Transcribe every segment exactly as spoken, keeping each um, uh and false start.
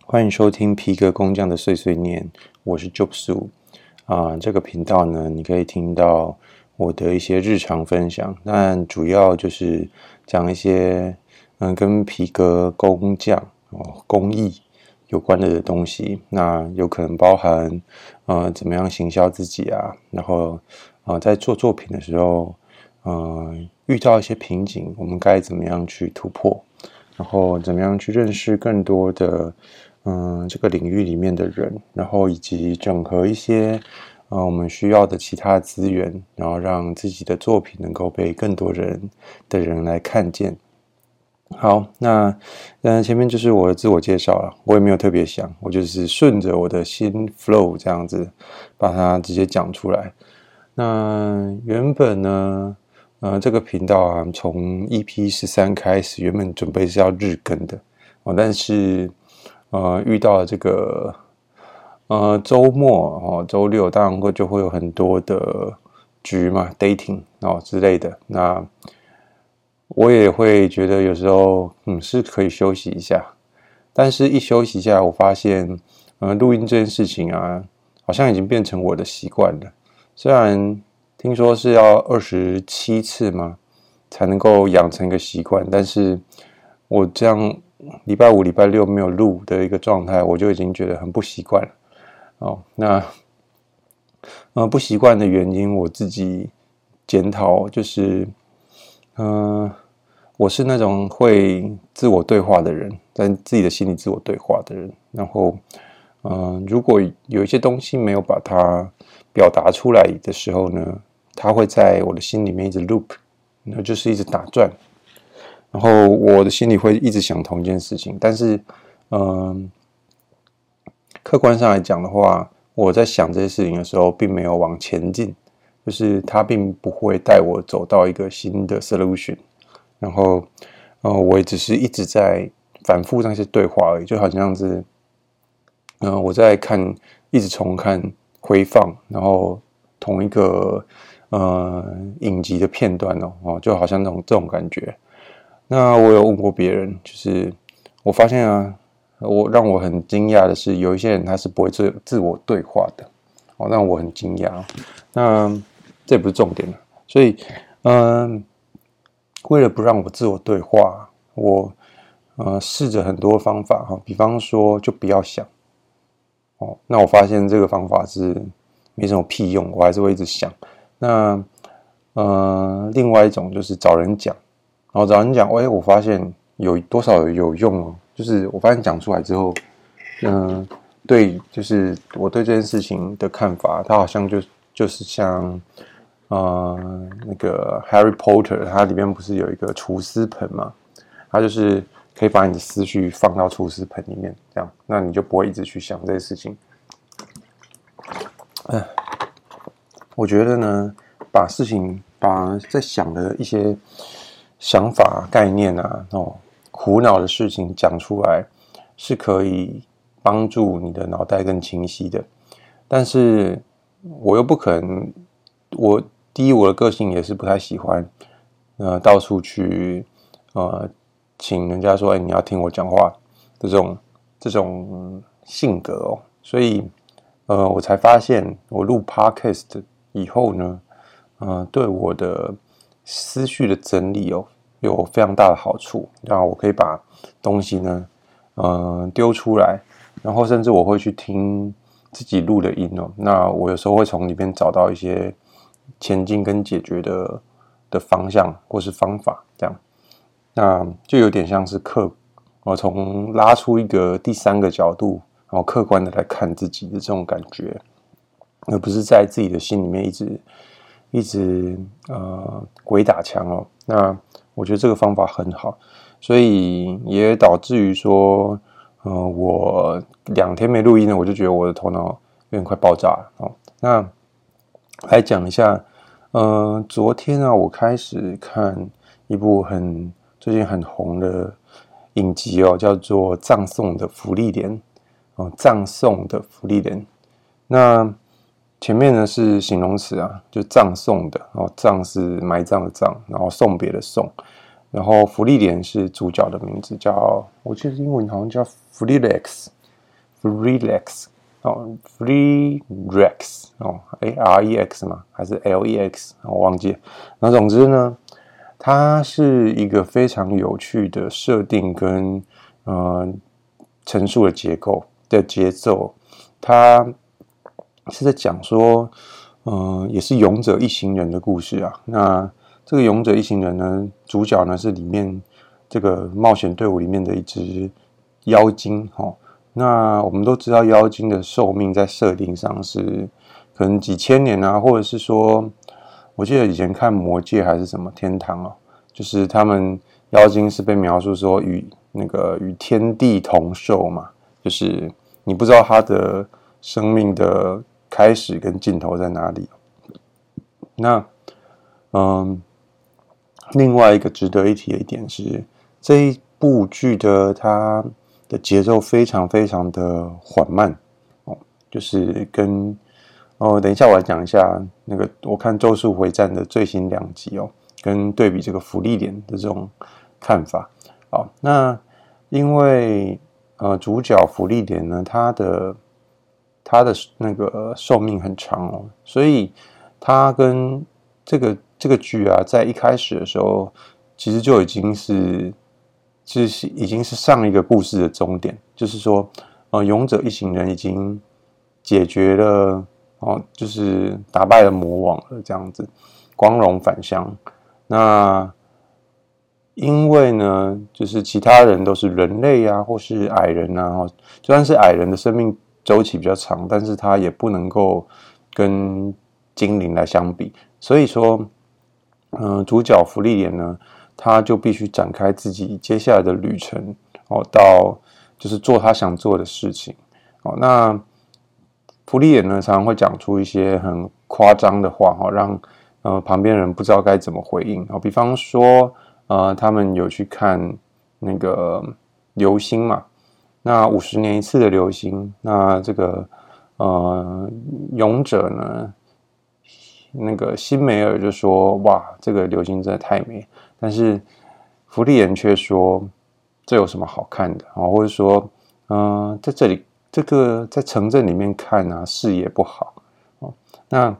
欢迎收听皮革工匠的碎碎念，我是 Job Su 啊。这个频道呢，你可以听到我的一些日常分享，但主要就是讲一些嗯跟皮革工匠哦工艺有关的东西。那有可能包含呃怎么样行销自己啊，然后呃在做作品的时候，呃遇到一些瓶颈，我们该怎么样去突破？然后怎么样去认识更多的嗯这个领域里面的人，然后以及整合一些呃我们需要的其他资源，然后让自己的作品能够被更多人的人来看见。好，那嗯前面就是我的自我介绍了，我也没有特别想，我就是顺着我的心 flow 这样子把它直接讲出来。那原本呢呃，这个频道啊，从 E P 十三开始，原本准备是要日更的哦，但是呃，遇到了这个呃周末哦，周六当然会就会有很多的局嘛 ，dating 哦之类的。那我也会觉得有时候嗯是可以休息一下，但是一休息一下，我发现呃录音这件事情啊，好像已经变成我的习惯了，虽然。听说是要二十七次吗？才能够养成一个习惯。但是我这样礼拜五、礼拜六没有录的一个状态，我就已经觉得很不习惯了。哦，那呃不习惯的原因，我自己检讨，就是嗯、呃，我是那种会自我对话的人，在自己的心里自我对话的人。然后，嗯、呃，如果有一些东西没有把它表达出来的时候呢？它会在我的心里面一直 loop， 那就是一直打转，然后我的心里会一直想同一件事情，但是，嗯，客观上来讲的话，我在想这些事情的时候，并没有往前进，就是它并不会带我走到一个新的 solution， 然后，呃，我也只是一直在反复那些对话而已，就好像是，嗯、呃，我在看，一直重看回放，然后同一个。呃，影集的片段哦，哦，就好像那种这种感觉。那我有问过别人，就是我发现啊，我让我很惊讶的是，有一些人他是不会自自我对话的，哦，让我很惊讶。那这也不是重点了，所以，嗯、呃，为了不让我自我对话，我呃试着很多方法哈，比方说就不要想，哦，那我发现这个方法是没什么屁用，我还是会一直想。那呃，另外一种就是找人讲，然后找人讲，哎，我发现有多少有用哦。就是我发现讲出来之后，嗯、呃，对，就是我对这件事情的看法，它好像就就是像呃那个 Harry Potter， 它里面不是有一个储思盆嘛？它就是可以把你的思绪放到储思盆里面，这样，那你就不会一直去想这些事情。哎。我觉得呢，把事情把在想的一些想法、概念啊，哦，苦恼的事情讲出来，是可以帮助你的脑袋更清晰的。但是我又不可能，我第一，我的个性也是不太喜欢，呃，到处去呃，请人家说，哎，你要听我讲话的这种这种性格哦，所以呃，我才发现我录 podcast。以后呢，呃，对我的思绪的整理哦，有非常大的好处。然后我可以把东西呢，呃，丢出来，然后甚至我会去听自己录的音哦。那我有时候会从里面找到一些前进跟解决的的方向或是方法，这样，那就有点像是客，我从拉出一个第三个角度，然后客观的来看自己的这种感觉。而不是在自己的心里面一直一直呃鬼打墙哦。那我觉得这个方法很好，所以也导致于说，呃，我两天没录音了，我就觉得我的头脑有点快爆炸了哦。那来讲一下，呃，昨天啊，我开始看一部很最近很红的影集哦，叫做《葬送的芙莉莲》哦，《葬送的芙莉莲》。那前面呢是形容词啊，就葬送的，然后葬是埋葬的葬，然后送别的送，然后芙莉莲是主角的名字，叫我记得英文好像叫 Freelix， Freelix 哦 ，Freelix 哦，哎 R E X 吗？还是 L E X？ 我忘记了。那总之呢，它是一个非常有趣的设定跟呃陈述的结构的节奏。它是在讲说，呃，也是勇者一行人的故事啊。那这个勇者一行人呢，主角呢是里面这个冒险队伍里面的一只妖精哦。那我们都知道妖精的寿命在设定上是可能几千年啊，或者是说，我记得以前看魔戒还是什么天堂哦，就是他们妖精是被描述说与那个与天地同寿嘛，就是你不知道他的生命的开始跟尽头在哪里。那嗯，另外一个值得一提的一点是，这一部剧的它的节奏非常非常的缓慢哦，就是跟哦，等一下我来讲一下那个我看《咒术回战》的最新两集哦，跟对比这个芙莉莲的这种看法。好，那因为呃主角芙莉莲呢，他的他的那个寿命很长哦，所以他跟这个这个剧啊，在一开始的时候，其实就已经是。就是已经是上一个故事的终点，就是说，呃，勇者一行人已经解决了哦，就是打败了魔王了，这样子，光荣返乡。那因为呢，就是其他人都是人类啊，或是矮人啊，就算是矮人的生命周期比较长，但是他也不能够跟精灵来相比，所以说，嗯、呃，主角芙莉莲呢。他就必须展开自己接下来的旅程哦，到就是做他想做的事情哦。那芙莉莲呢，常常会讲出一些很夸张的话哈，让呃旁边人不知道该怎么回应哦。比方说，呃，他们有去看那个流星嘛，那五十年一次的流星，那这个呃勇者呢，那个辛梅尔就说：“哇，这个流星真的太美。”但是芙莉莲却说这有什么好看的啊？或者说，嗯、呃，在这里这个在城镇里面看啊，视野不好哦。那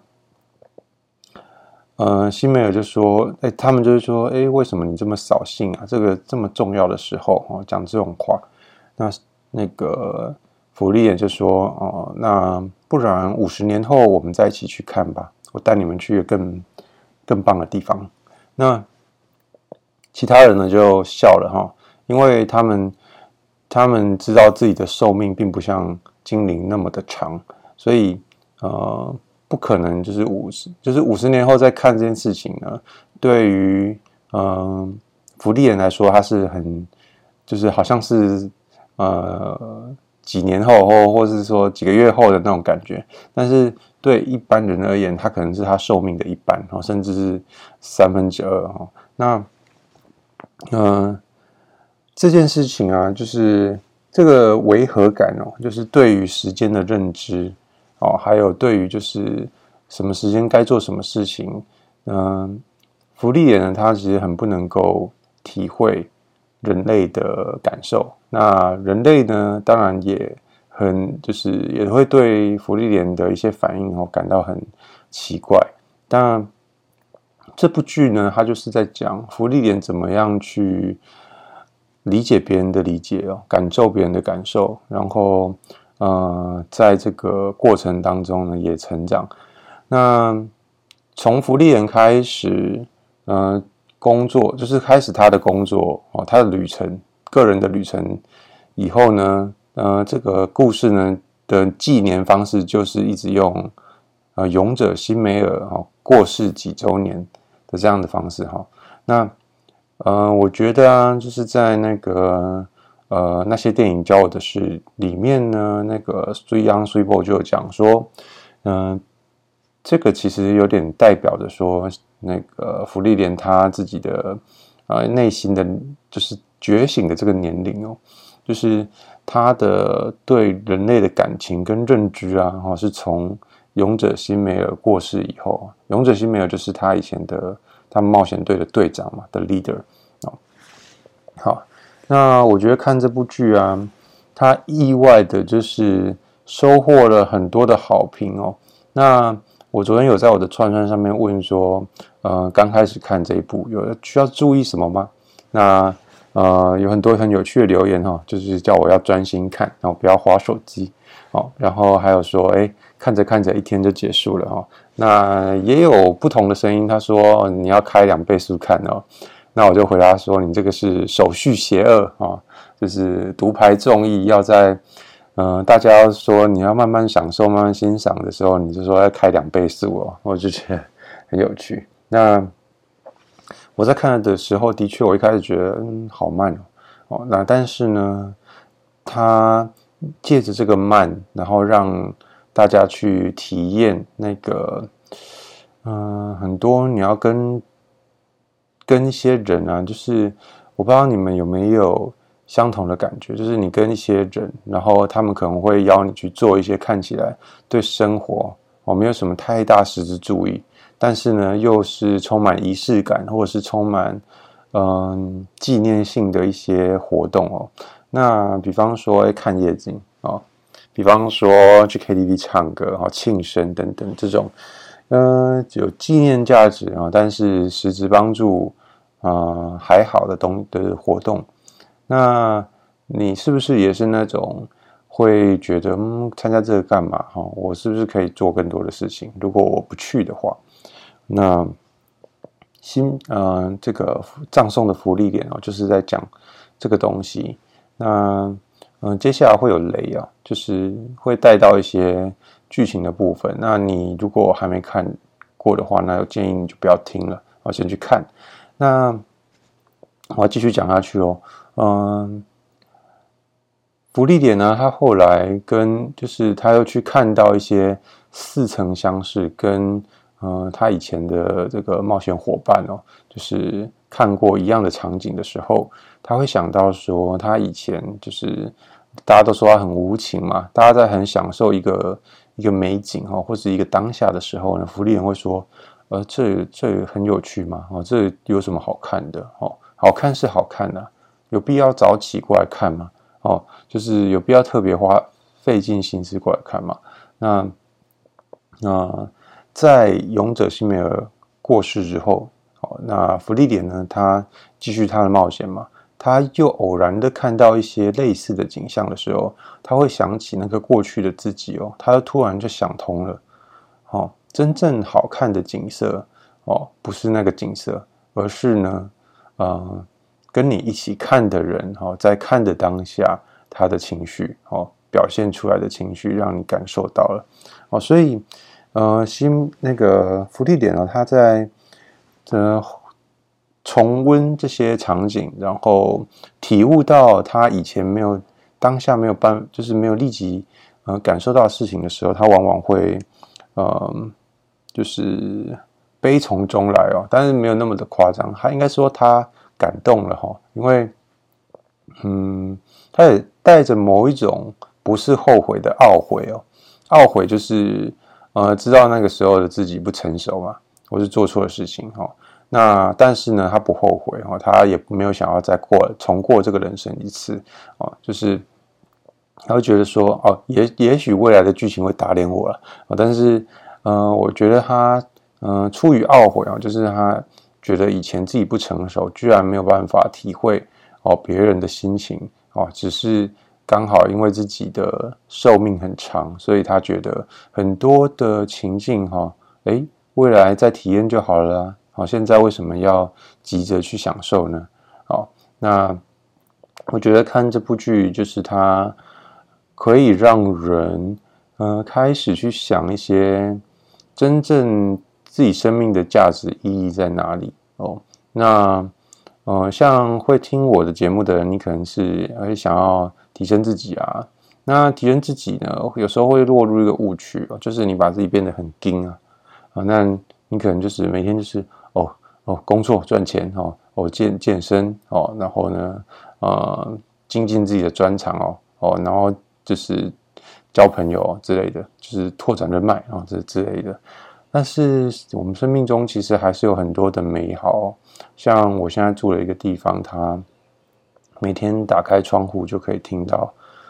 呃，辛梅尔就说，哎，他们就是说，哎，为什么你这么扫兴啊？这个这么重要的时候哦，讲这种话。那那个芙莉莲就说，哦，那不然五十年后我们再一起去看吧，我带你们去更更棒的地方。那其他人呢就笑了哈，因为他们他们知道自己的寿命并不像精灵那么的长，所以呃不可能就是五十就是五十年后再看这件事情呢，对于呃芙莉莲来说，他是很就是好像是呃几年后或或是说几个月后的那种感觉，但是对一般人而言，他可能是他寿命的一半哦，甚至是三分之二哦，那。嗯、呃，这件事情啊，就是这个违和感哦，就是对于时间的认知哦，还有对于就是什么时间该做什么事情，嗯、呃，芙莉莲呢，他其实很不能够体会人类的感受。那人类呢，当然也很就是也会对芙莉莲的一些反应哦感到很奇怪，但。这部剧呢，它就是在讲芙莉莲怎么样去理解别人的理解哦，感受别人的感受，然后呃，在这个过程当中呢，也成长。那从芙莉莲开始，呃，工作就是开始他的工作哦，他的旅程，个人的旅程以后呢，呃，这个故事呢的纪年方式就是一直用呃勇者辛梅尔哦过世几周年。的这样的方式哈，那呃，我觉得啊，就是在那个呃那些电影教我的事里面呢，那个 Sui Young Sui Bo 就有讲说，嗯、呃，这个其实有点代表着说，那个芙莉莲她自己的呃内心的，就是觉醒的这个年龄哦，就是她的对人类的感情跟认知啊，哈，是从。勇者辛梅尔过世以后，勇者辛梅尔就是他以前的他们冒险队的队长嘛，的 leader 哦。好，那我觉得看这部剧啊， 他意外的就是收获了很多的好评哦。那我昨天有在我的串串上面问说，呃，刚开始看这一部有需要注意什么吗？那呃，有很多很有趣的留言哈、哦，就是叫我要专心看，然后不要滑手机哦。然后还有说，哎，看着看着一天就结束了哈、哦。那也有不同的声音，他说你要开两倍速看哦。那我就回答说，你这个是手续邪恶啊、哦，就是独排众议，要在呃大家要说你要慢慢享受、慢慢欣赏的时候，你就说要开两倍速哦，我就觉得很有趣。那我在看的时候，的确我一开始觉得嗯好慢哦，哦那但是呢，他借着这个慢，然后让大家去体验那个，嗯、呃，很多你要跟跟一些人啊，就是我不知道你们有没有相同的感觉，就是你跟一些人，然后他们可能会邀你去做一些看起来对生活哦没有什么太大实质注意，但是呢又是充满仪式感，或者是充满嗯纪念性的一些活动哦。那比方说看夜景哦，比方说去 K T V 唱歌、哦、庆生等等这种，呃，有纪念价值啊、哦，但是实质帮助啊、呃、还好的东的活动。那你是不是也是那种会觉得，嗯，参加这个干嘛？哈、哦，我是不是可以做更多的事情？如果我不去的话，那新呃这个葬送的福利点哦，就是在讲这个东西。那嗯、呃，接下来会有雷啊，就是会带到一些剧情的部分。那你如果还没看过的话，那我建议你就不要听了，我先去看。那我要继续讲下去哦。嗯，福利点呢，他后来跟就是他又去看到一些似曾相识，跟呃他以前的这个冒险伙伴哦，就是看过一样的场景的时候，他会想到说，他以前就是大家都说他很无情嘛，大家在很享受一个一个美景哦，或是一个当下的时候呢，福利人会说，呃，这这很有趣吗？哦，这有什么好看的？哦，好看是好看的、啊，有必要早起过来看吗？哦，就是有必要特别花费尽心思过来看嘛？那那在勇者辛梅尔过世之后，哦，那弗利点呢，他继续他的冒险嘛，他又偶然的看到一些类似的景象的时候，他会想起那个过去的自己哦，他突然就想通了，哦，真正好看的景色哦，不是那个景色，而是呢，呃，跟你一起看的人哦，在看的当下，他的情绪哦，表现出来的情绪，让你感受到了哦，所以呃，新那个福利点呢，他在呃重温这些场景，然后体悟到他以前没有当下没有办，就是没有立即呃感受到事情的时候，他往往会呃就是悲从中来哦，但是没有那么的夸张，他应该说他感动了哈、哦，因为嗯，他也带着某一种不是后悔的懊悔哦，懊悔就是呃知道那个时候的自己不成熟嘛，或是做错了事情哈、哦。那但是呢，他不后悔哈、哦，他也没有想要再过重过这个人生一次哦，就是他会觉得说哦，也也许未来的剧情会打脸我了、哦、但是呃，我觉得他呃出于懊悔啊、哦，就是他觉得以前自己不成熟，居然没有办法体会哦别人的心情哦，只是刚好因为自己的寿命很长，所以他觉得很多的情境哈、哦，诶，未来再体验就好了啊。好，现在为什么要急着去享受呢？好，那我觉得看这部剧，就是它可以让人呃开始去想一些真正自己生命的价值意义在哪里哦。那呃，像会听我的节目的人，你可能是会想要提升自己啊。那提升自己呢，有时候会落入一个误区哦，就是你把自己变得很硬啊啊，那你可能就是每天就是哦哦工作赚钱哦哦健健身哦，然后呢呃精进自己的专长哦哦，然后就是交朋友、哦、之类的，就是拓展人脉啊、哦、这之类的。但是我们生命中其实还是有很多的美好、哦，像我现在住的一个地方，它每天打开窗户就可以听到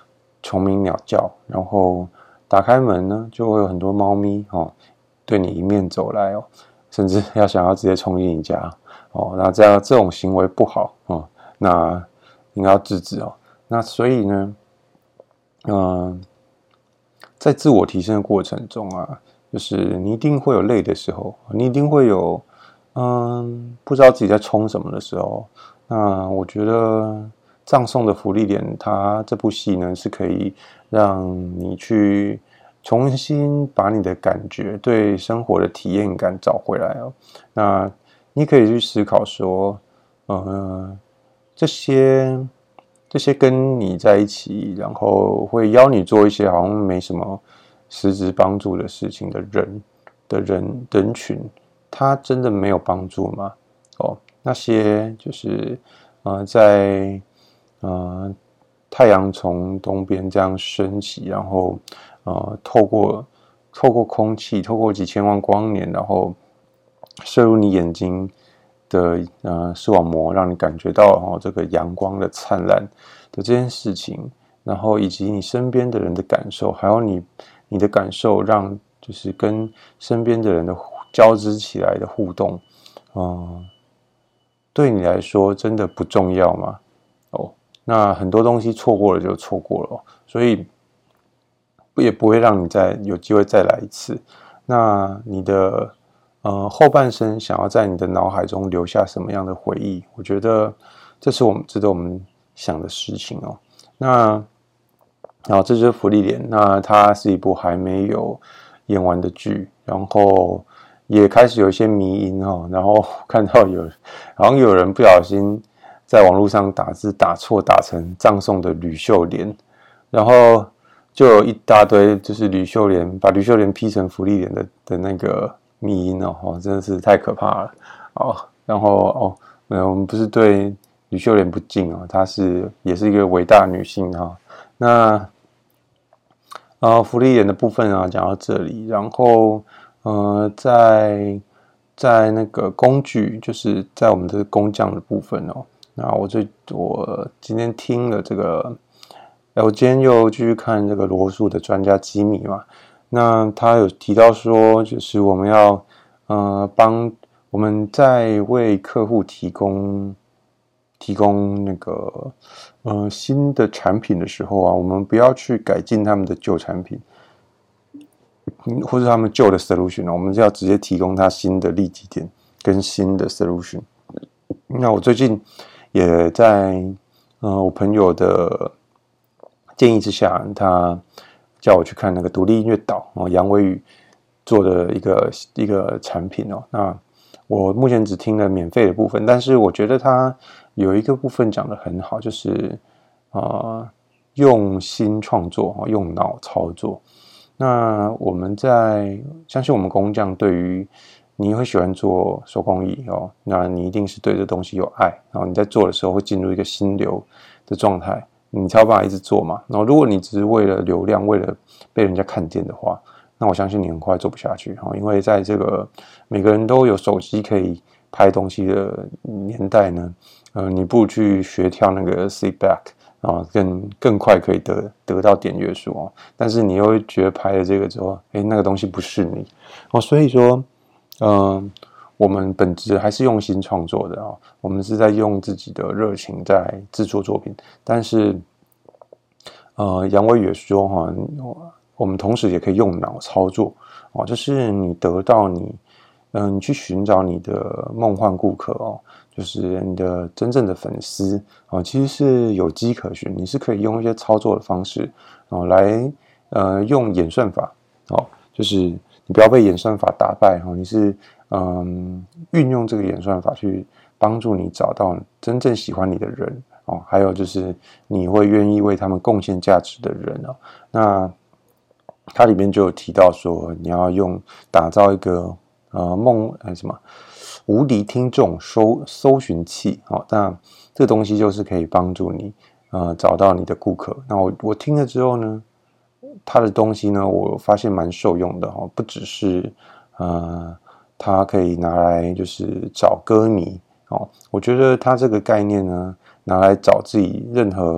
虫鸣鸟叫，然后打开门呢，就会有很多猫咪哦，对你迎面走来哦，甚至要想要直接冲进你家哦，那这样这种行为不好哦，那应该要制止哦。那所以呢，嗯、呃，在自我提升的过程中啊，就是你一定会有累的时候，你一定会有嗯不知道自己在冲什么的时候。那我觉得葬送的芙莉莲，它这部戏呢是可以让你去重新把你的感觉对生活的体验感找回来哦。那你可以去思考说，呃，这些这些跟你在一起，然后会邀你做一些好像没什么实质帮助的事情的人的人人群，他真的没有帮助吗？哦，那些就是呃在呃太阳从东边这样升起，然后呃透过透过空气，透过几千万光年，然后射入你眼睛的呃视网膜，让你感觉到哦这个阳光的灿烂的这件事情，然后以及你身边的人的感受，还有你你的感受，让就是跟身边的人的交织起来的互动，嗯、呃，对你来说真的不重要吗？哦，那很多东西错过了就错过了，所以也不会让你再有机会再来一次。那你的呃后半生想要在你的脑海中留下什么样的回忆？我觉得这是我们值得我们想的事情哦。那然后这就是芙莉莲，那它是一部还没有演完的剧，然后也开始有一些迷因哦，然后看到有好像有人不小心在网络上打字打错，打成葬送的吕秀莲，然后就有一大堆就是吕秀莲把吕秀莲 P 成芙莉莲的的那个迷因哦，哦真的是太可怕了哦。然后哦，我们不是对吕秀莲不敬哦，她是也是一个伟大女性哈、哦。那呃，芙莉莲的部分啊，讲到这里，然后呃，在在那个工具，就是在我们的工匠的部分哦。那我最我今天听了这个，哎，我今天又继续看这个罗素的专家机密嘛。那他有提到说，就是我们要呃帮我们在为客户提供提供那个呃新的产品的时候啊，我们不要去改进他们的旧产品，或者他们旧的 solution， 我们就要直接提供他新的利基点跟新的 solution。那我最近也在呃我朋友的建议之下，他叫我去看那个独立音乐岛哦，杨维宇做的一个一个产品哦。那我目前只听了免费的部分，但是我觉得他有一个部分讲得很好，就是呃用心创作，用脑操作。那我们在相信我们工匠对于你会喜欢做手工艺哦，那你一定是对这东西有爱，然后你在做的时候会进入一个心流的状态，你才有办法一直做嘛。然后如果你只是为了流量，为了被人家看见的话，那我相信你很快做不下去哦，因为在这个每个人都有手机可以拍东西的年代呢，呃，你不如去学跳那个 sit back。啊，更更快可以得得到点阅数哦，但是你又会觉得拍了这个之后，哎，那个东西不是你哦，所以说，嗯、呃，我们本质还是用心创作的哦，我们是在用自己的热情在制作作品，但是，呃，杨伟也说哈，我们同时也可以用脑操作哦，就是你得到你，嗯、呃，你去寻找你的梦幻顾客哦。就是你的真正的粉丝啊，其实是有迹可循，你是可以用一些操作的方式啊来呃用演算法哦，就是你不要被演算法打败哈，你是嗯运用这个演算法去帮助你找到真正喜欢你的人哦，还有就是你会愿意为他们贡献价值的人哦。那它里面就有提到说，你要用打造一个呃梦呃什么。无敌听众搜搜寻器，哦，那这个东西就是可以帮助你，呃，找到你的顾客。那我我听了之后呢，它的东西呢，我发现蛮受用的哦，不只是呃，它可以拿来就是找歌迷哦，我觉得它这个概念呢，拿来找自己任何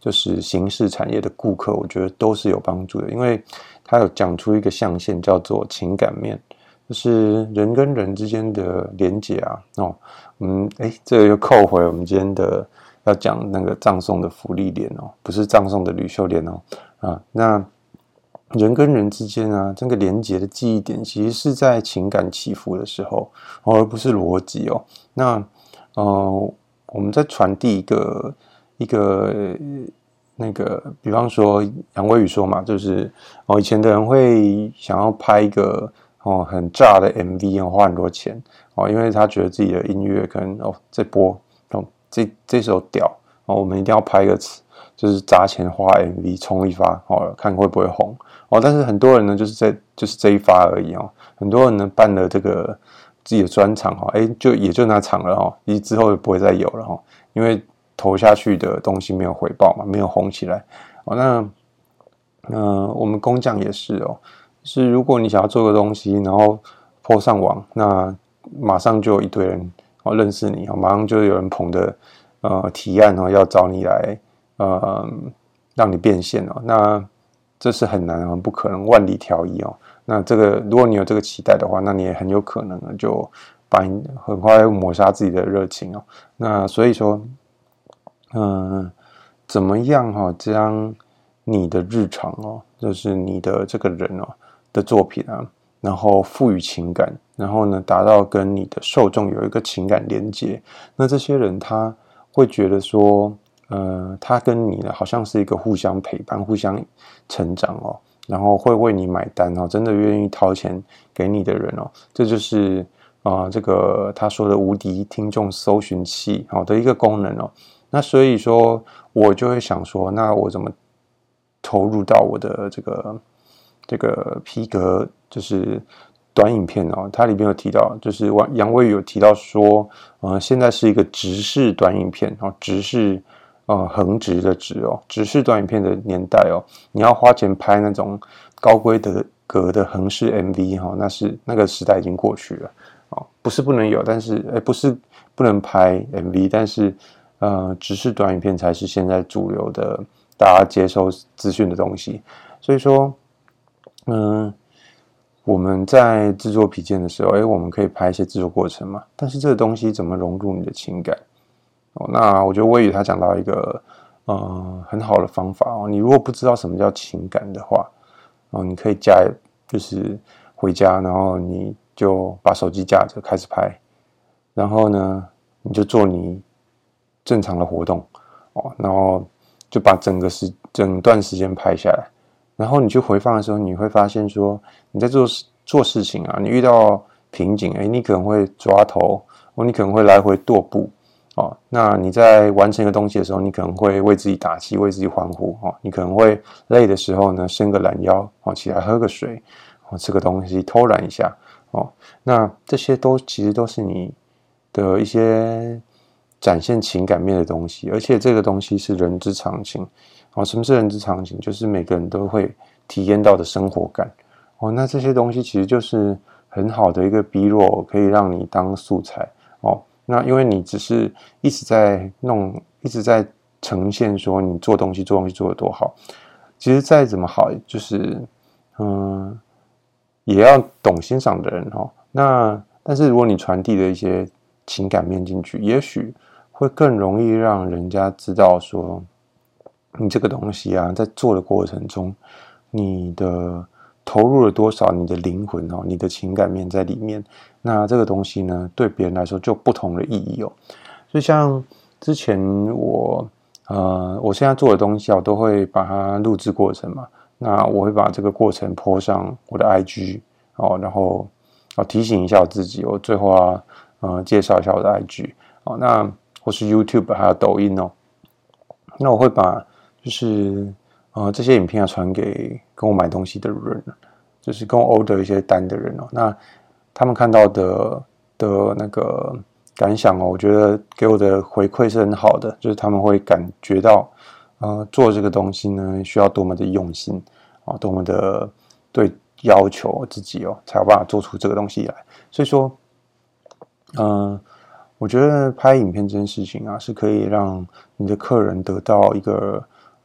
就是形式产业的顾客，我觉得都是有帮助的，因为他有讲出一个象限叫做情感面，就是人跟人之间的连结啊。哦，嗯，哎，这个又扣回我们今天的要讲那个葬送的芙莉莲哦，不是葬送的吕秀莲哦，啊，那人跟人之间啊，这个连结的记忆点，其实是在情感起伏的时候，哦，而不是逻辑哦。那呃，我们在传递一个一个那个，比方说杨威宇说嘛，就是哦，以前的人会想要拍一个哦很炸的 M V 哦，花很多钱哦，因为他觉得自己的音乐可能哦这波哦这这首屌哦，我们一定要拍一个就是砸钱花 M V 冲一发哦，看会不会红哦。但是很多人呢，就是这就是这一发而已哦。很多人呢办了这个自己的专场哈，哎，就也就那场了哈，你之后也不会再有了哈，因为投下去的东西没有回报嘛，没有红起来哦。那呃，我们工匠也是哦，是如果你想要做个东西，然后 po 上网，那马上就有一堆人哦认识你哦，马上就有人捧的呃提案哦要找你来呃让你变现哦，那这是很难很不可能，万里挑一哦。那这个如果你有这个期待的话，那你也很有可能就把你很快抹杀自己的热情哦。那所以说，嗯、呃，怎么样哈、哦，将你的日常哦，就是你的这个人哦的作品啊，然后赋予情感，然后呢，达到跟你的受众有一个情感连接。那这些人他会觉得说，呃，他跟你呢好像是一个互相陪伴、互相成长哦，然后会为你买单哦，真的愿意掏钱给你的人哦，这就是啊、呃，这个他说的无敌听众搜寻器好的一个功能哦。那所以说，我就会想说，那我怎么投入到我的这个这个皮革就是短影片哦？它里面有提到，就是杨威有提到说，呃，现在是一个直视短影片哦，直视呃横直的直哦，直视短影片的年代哦，你要花钱拍那种高规格格的横式 M V 哈、哦，那是那个时代已经过去了哦，不是不能有，但是呃不是不能拍 M V， 但是呃直视短影片才是现在主流的大家接收资讯的东西，所以说嗯。呃我们在制作皮件的时候，哎，我们可以拍一些制作过程嘛？但是这个东西怎么融入你的情感？哦，那我觉得威宇他讲到一个呃很好的方法哦。你如果不知道什么叫情感的话，哦，你可以架就是回家，然后你就把手机架着开始拍，然后呢，你就做你正常的活动哦，然后就把整个时整段时间拍下来。然后你去回放的时候，你会发现说你在做做事情啊，你遇到瓶颈，哎，你可能会抓头，哦，你可能会来回踱步，哦，那你在完成一个东西的时候，你可能会为自己打气，为自己欢呼，哦，你可能会累的时候呢，伸个懒腰，哦，起来喝个水，哦，吃个东西，偷懒一下，哦，那这些都其实都是你的一些展现情感面的东西，而且这个东西是人之常情。哦，什么是人之常情？就是每个人都会体验到的生活感。哦，那这些东西其实就是很好的一个 B roll， 可以让你当素材。哦，那因为你只是一直在弄，一直在呈现说你做东西做东西做得多好。其实再怎么好，就是嗯，也要懂欣赏的人哦。那但是如果你传递的一些情感面进去，也许会更容易让人家知道说。你这个东西啊，在做的过程中，你的投入了多少，你的灵魂哦，你的情感面在里面。那这个东西呢，对别人来说就不同的意义哦。就像之前我呃，我现在做的东西啊，我都会把它录制过程嘛。那我会把这个过程 po 上我的 I G 哦，然后哦提醒一下我自己，我最后啊呃介绍一下我的 I G 哦，那或是 YouTube 还有抖音哦，那我会把。就是呃这些影片要传给跟我买东西的人，就是跟我 order 一些单的人哦，那他们看到的的那个感想哦，我觉得给我的回馈是很好的，就是他们会感觉到呃做这个东西呢需要多么的用心啊，多么的对要求自己哦，才有办法做出这个东西来。所以说，嗯、呃。我觉得拍影片这件事情啊，是可以让你的客人得到一个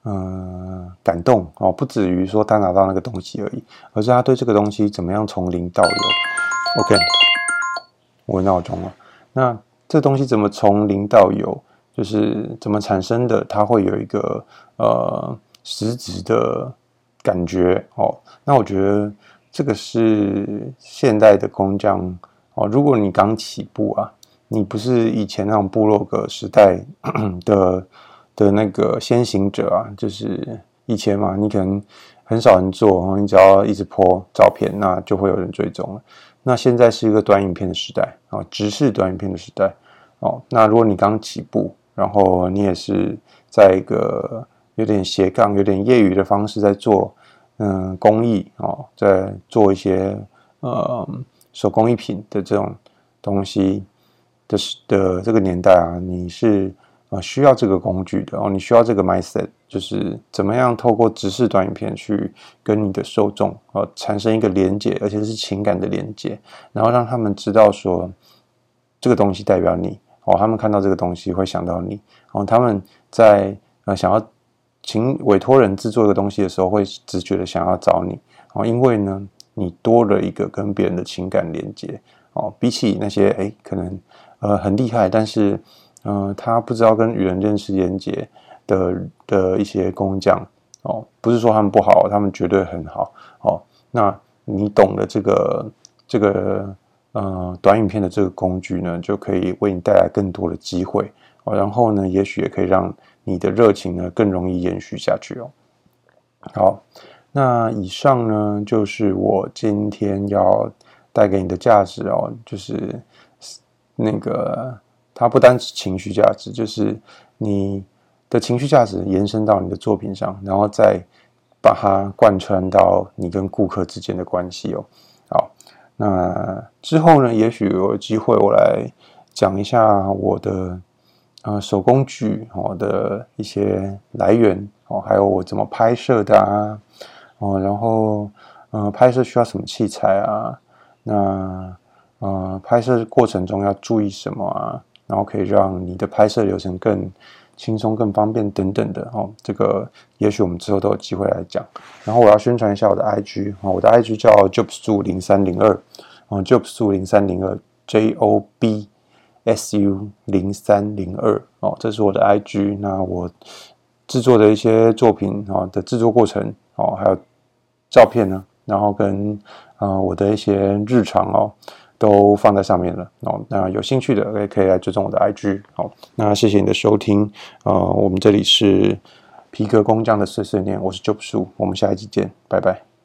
呃感动哦，不止于说他拿到那个东西而已，而是他对这个东西怎么样从零到有。OK， 我闹钟了。那这东西怎么从零到有，就是怎么产生的，它会有一个呃实质的感觉哦。那我觉得这个是现代的工匠哦，如果你刚起步啊，你不是以前那种部落格时代的的那个先行者啊，就是以前嘛，你可能很少人做，你只要一直 po 照片，那就会有人追踪了。那现在是一个短影片的时代啊，直视短影片的时代哦。那如果你刚起步，然后你也是在一个有点斜杠、有点业余的方式在做，嗯，工艺哦，在做一些呃手工艺品的这种东西的的这个年代啊，你是呃需要这个工具的哦，你需要这个 mindset， 就是怎么样透过直视短影片去跟你的受众呃产生一个连结，而且是情感的连结，然后让他们知道说这个东西代表你哦，他们看到这个东西会想到你哦，他们在呃想要请委托人制作一个东西的时候，会直觉的想要找你哦，因为呢，你多了一个跟别人的情感连接哦，比起那些哎可能呃很厉害，但是呃他不知道跟与人认识连接的的一些工匠哦，不是说他们不好，他们绝对很好哦。那你懂得这个这个呃短影片的这个工具呢，就可以为你带来更多的机会哦，然后呢，也许也可以让你的热情呢更容易延续下去哦。好，那以上呢就是我今天要带给你的价值哦，就是那个它不单是情绪价值，就是你的情绪价值延伸到你的作品上，然后再把它贯穿到你跟顾客之间的关系哦。好，那之后呢，也许有机会我来讲一下我的呃手工具哦的一些来源哦，还有我怎么拍摄的啊，哦，然后呃拍摄需要什么器材啊，那呃拍摄过程中要注意什么啊，然后可以让你的拍摄流程更轻松、更方便等等的哦。这个也许我们之后都有机会来讲。然后我要宣传一下我的 I G 哦，我的 I G 叫 jobsu 零三零二哦 ，jobsu 零三零二 J O B S U 零三零二哦，这是我的 I G。那我制作的一些作品哦的制作过程哦，还有照片呢，然后跟呃我的一些日常哦，都放在上面了哦。那有兴趣的也可以来追踪我的 I G。好，那谢谢你的收听。呃，我们这里是皮革工匠的碎碎念，我是 Jobsu，我们下一集见，拜拜。